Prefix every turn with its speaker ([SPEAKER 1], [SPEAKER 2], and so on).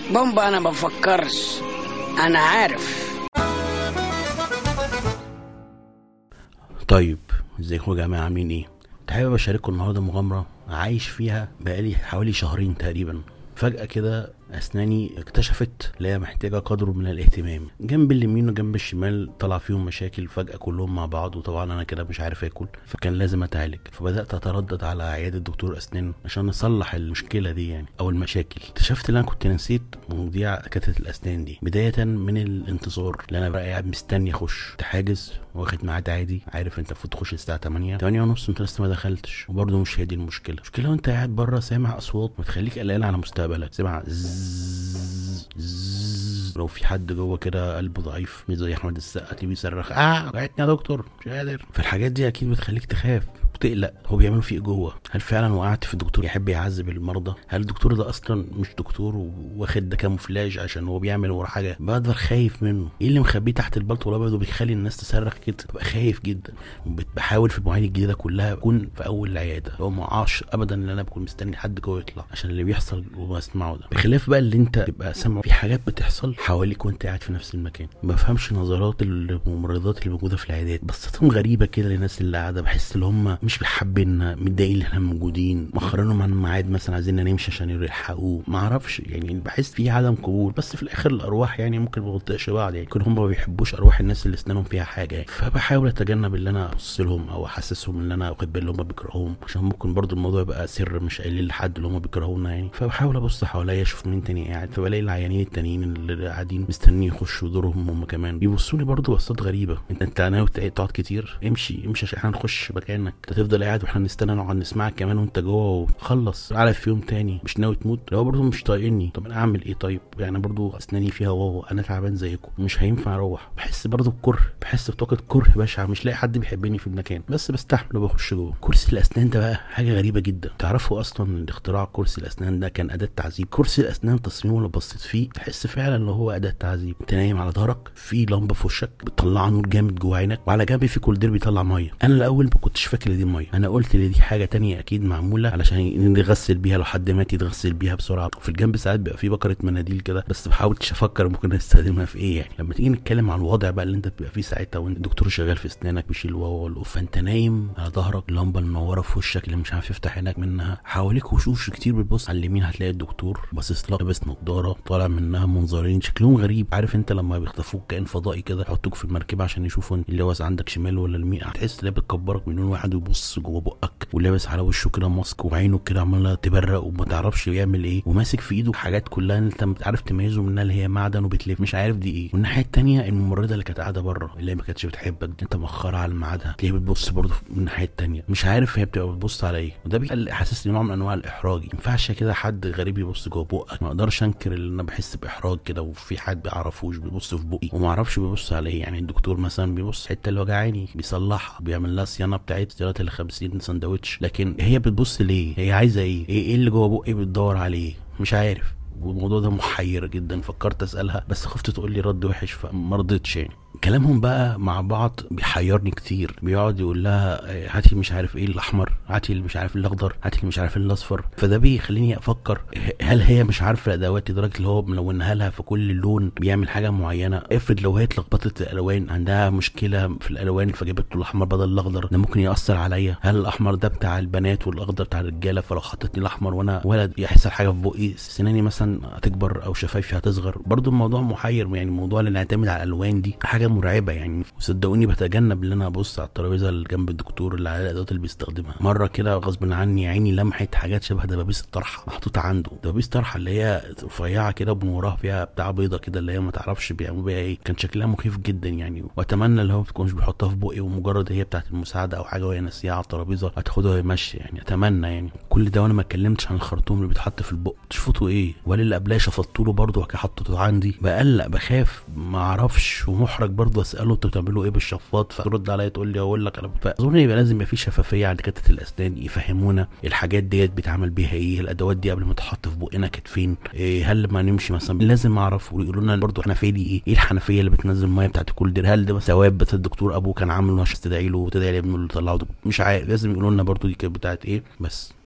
[SPEAKER 1] بومبا انا بفكرش، انا عارف.
[SPEAKER 2] طيب ازيكم يا جماعه، عاملين ايه؟ كنت حابب اشارككم النهارده مغامره عايش فيها بقالي حوالي شهرين تقريبا. فجأة كده أسناني اكتشفت لا هي محتاجة قدر من الاهتمام. جنب اليمين وجنب الشمال طلع فيهم مشاكل فجأة كلهم مع بعض، وطبعا أنا كده مش عارف آكل، فكان لازم أتعالج. فبدأت أتردد على عيادة دكتور أسنان عشان نصلح المشكلة دي يعني أو المشاكل. اكتشفت إن أنا كنت نسيت مواضيع دكاترة الأسنان دي، بداية من الانتظار اللي أنا بقى قاعد مستني أخش. حاجز واخد ميعاد عادي، عارف أنت المفروض تخش الساعة 8 ونص، أنت لسه ما دخلتش. وبرضه مش هي دي المشكلة. المشكلة وأنت قاعد بره سامع أصوات بتخليك قلقان على مستقبلك. سامع لو في حد جوه كده قلبه ضعيف مش زي احمد السقا تيجي بيصرخ وقعتني يا دكتور مش قادر. فالحاجات دي اكيد بتخليك تخاف وتقلق، هو بيعمل فيه جوه. هل فعلا وقعت في الدكتور يحب يعذب المرضى؟ هل الدكتور ده اصلا مش دكتور واخد ده كاموفلاج عشان هو بيعمل ورا حاجه؟ بقدر خايف منه. ايه اللي مخبيه تحت البلطو الابيض وبيخلي الناس تصرخ كده؟ ببقى خايف جدا. وبحاول في المواعيد الجديده كلها اكون في اول العياده، هو ما اقعش ابدا ان انا بكون مستني حد جوه يطلع عشان اللي بيحصل وبسمعه ده. بخلاف بقى اللي انت تبقى سامعه في حاجات بتحصل حواليك وانت قاعد في نفس المكان. ما بفهمش نظرات الممرضات اللي موجوده في العيادات، بصتهم غريبه كده للناس اللي قاعده. بحس ان هم مش بيحبيننا، متضايقين ان احنا موجودين، مخرينهم عن الميعاد مثلا، عايزيننا نمشي عشان يلحقوه. ما اعرفش يعني، بحس في عدم قبول. بس في الاخر الارواح يعني ممكن ما بتطيقش بعض، يعني يكون هم ما بيحبوش ارواح الناس اللي اسنانهم فيها حاجه يعني. فبحاول اتجنب ان انا ابص لهم او احسسهم ان انا واخد بالي ان هم بيكرهوهم، عشان ممكن برضو الموضوع يبقى سر مش قايلين لحد اللي هم بيكرهونا يعني. فبحاول ابص حواليا اشوف مين تاني قاعد، فبلاقي العيانين التانيين اللي قاعدين مستنيين يخشوا دورهم هم كمان بيبصوا لي برضو بصات غريبه. انت ناوي تقعد كتير؟ امشي عشان احنا نخش مكانك. انت تفضل قاعد واحنا نستنى نقعد نسمعك كمان وانت جوه وخلص على في يوم تاني؟ مش ناوي تموت؟ لو برضو مش طايقني، طب انا اعمل ايه؟ طيب يعني برضو اسناني فيها واو، انا تعبان زيكم، مش هينفع اروح. بحس برضو بكره، بحس بطاقه كره بشعه، مش لاقي حد بيحبني في المكان، بس بستحمل وبخش جوه. كرسي الاسنان ده بقى حاجه غريبه جدا. تعرفوا اصلا اختراع كرسي الاسنان ده كان اداه تعذيب. كرسي الاسنان تصميمه لو بصيت فيه تحس فعلا ان هو اداه تعذيب. انت نايم على ظهرك، في لمبه في وشك بتطلع نور جامد جوه عينك، وعلى جنب في كولدير بيطلع ميه. انا الاول ما كنتش فاكر دي ميه، انا قلت ان دي حاجه تانية اكيد معموله علشان نغسل بيها، لو حد مات يتغسل بيها بسرعه. وفي الجنب ساعات بيبقى في بكره مناديل كده، بس بحاولتش افكر ممكن نستخدمها في ايه يعني. لما تيجي نتكلم عن الوضع بقى اللي انت بتبقى فيه ساعتها وانت الدكتور شغال في اسنانك بيشيل واو، فانت نايم على ظهرك، لمبه منوره في وشك اللي مش عارف يفتح عينك منها، حواليك وشوش كتير بتبص. على اليمين هتلاقي الدكتور باصص لك لابس نضاره طالع منها منظرين شكلهم غريب. عارف انت لما بيخطفوك كائن فضائي كده، يحطوك في المركبه عشان يشوفوا اللي واقف عندك شمال ولا اليمين، هتحس ان بتكبرك من واحد ويبص جوه بقك، ولابس على وشه كده ماسك، وعينه كده عماله تبرق وما تعرفش يعمل ايه، وماسك في ايده حاجات كلها انت مش عارف تميزه منها، اللي هي معدن وبتلف مش عارف دي ايه. والناحيه الثانيه الممرضه اللي كانت قاعده بره، اللي هي ما كانتش بتحبك، انت مأخرها على ميعادها، تلاقيها بتبص برضه من الناحيه الثانيه، مش عارف هي بتبقى بتبص على ايه. وده بيحسسني نوع من انواع الاحراج. ما ينفعش كده حد غريب يبص جوه بقك. ما اقدرش انكر ان انا بحس باحراج كده، وفي حد بيعرفوش بيبص في بقي وما اعرفش بيبص على ايه. يعني الدكتور مثلا بيبص الحته اللي وجعاني بيصلحها، بيعمل لها صيانه بتاعت صيانه ال50 سندوتش، لكن هي بتبص ليه؟ هي عايزه ايه اللي جوه بقي بتدور عليه؟ مش عارف. والموضوع ده محير جدا. فكرت اسالها بس خفت تقول لي رد وحش فما رضيتش يعني. كلامهم بقى مع بعض بيحيرني كتير. بيقعد يقول لها هاتي مش عارف ايه الاحمر، هاتي اللي مش عارف الاخضر، هاتي اللي مش عارف الاصفر. فده بيخليني افكر هل هي مش عارفه الادوات لدرجه اللي هو ملونها لها في كل لون بيعمل حاجه معينه؟ افرض لو هي اتلخبطت الالوان، عندها مشكله في الالوان فجابت له الاحمر بدل الاخضر، ده ممكن ياثر عليا. هل الاحمر ده بتاع البنات والاخضر بتاع الرجاله؟ فلو حطيتني الاحمر وانا ولد يحصل حاجه في بقي، سناني مثلا هتكبر او شفايفي هتصغر. برضو الموضوع محير يعني. الموضوع اللي نعتمد على الالوان دي حاجه مرعبه يعني. وصدقوني بتجنب ان انا ابص على الترابيزه اللي جنب الدكتور اللي على الادوات اللي بيستخدمها. مره كده غصب عني عيني لمحت حاجات شبه دبابيس الطرحه محطوطه عنده. دبابيس طرحه اللي هي رفيعه كده ومن وراها فيها بتاع بيضه كده، اللي هي ما تعرفش بيعملوا بيها ايه. كان شكلها مخيف جدا يعني. واتمنى اللي هو ما تكونش بيحطها في بقي ومجرد هي بتاعه المساعده او حاجه وهي ناسيها على الترابيزه هتاخدها وهي ماشيه يعني. اتمنى يعني. كل ده وانا ما اتكلمتش عن الخرطوم اللي بيتحط في البق. تشفطوا ايه؟ ولا اللي قبلها شفطوا له برضه وكده حطيته عندي؟ بقلق بخاف ما اعرفش، ومحرج برضه اساله انتوا بتعملوا ايه بالشفاط؟ فترد عليا تقول لي اقول لك انا. فاظن يبقى لازم يبقى في شفافيه عند دكاتره الاسنان، يفهمونا الحاجات ديت بيتعمل بيها ايه، الادوات دي قبل ما تحط في بقنا كانت فين. إيه هل ما نمشي مثلا لازم اعرف، ويقولوا لنا برضه الحنفيه دي ايه الحنفيه اللي بتنزل الميه بتاعت كل دير؟ هل ده ثواب بس الدكتور ابوه كان عامله عشان تدعي له وتدعي لابنه اللي طلعه؟ مش عارف، لازم يقولوا لنا برضه دي كانت بتاعت ايه. بس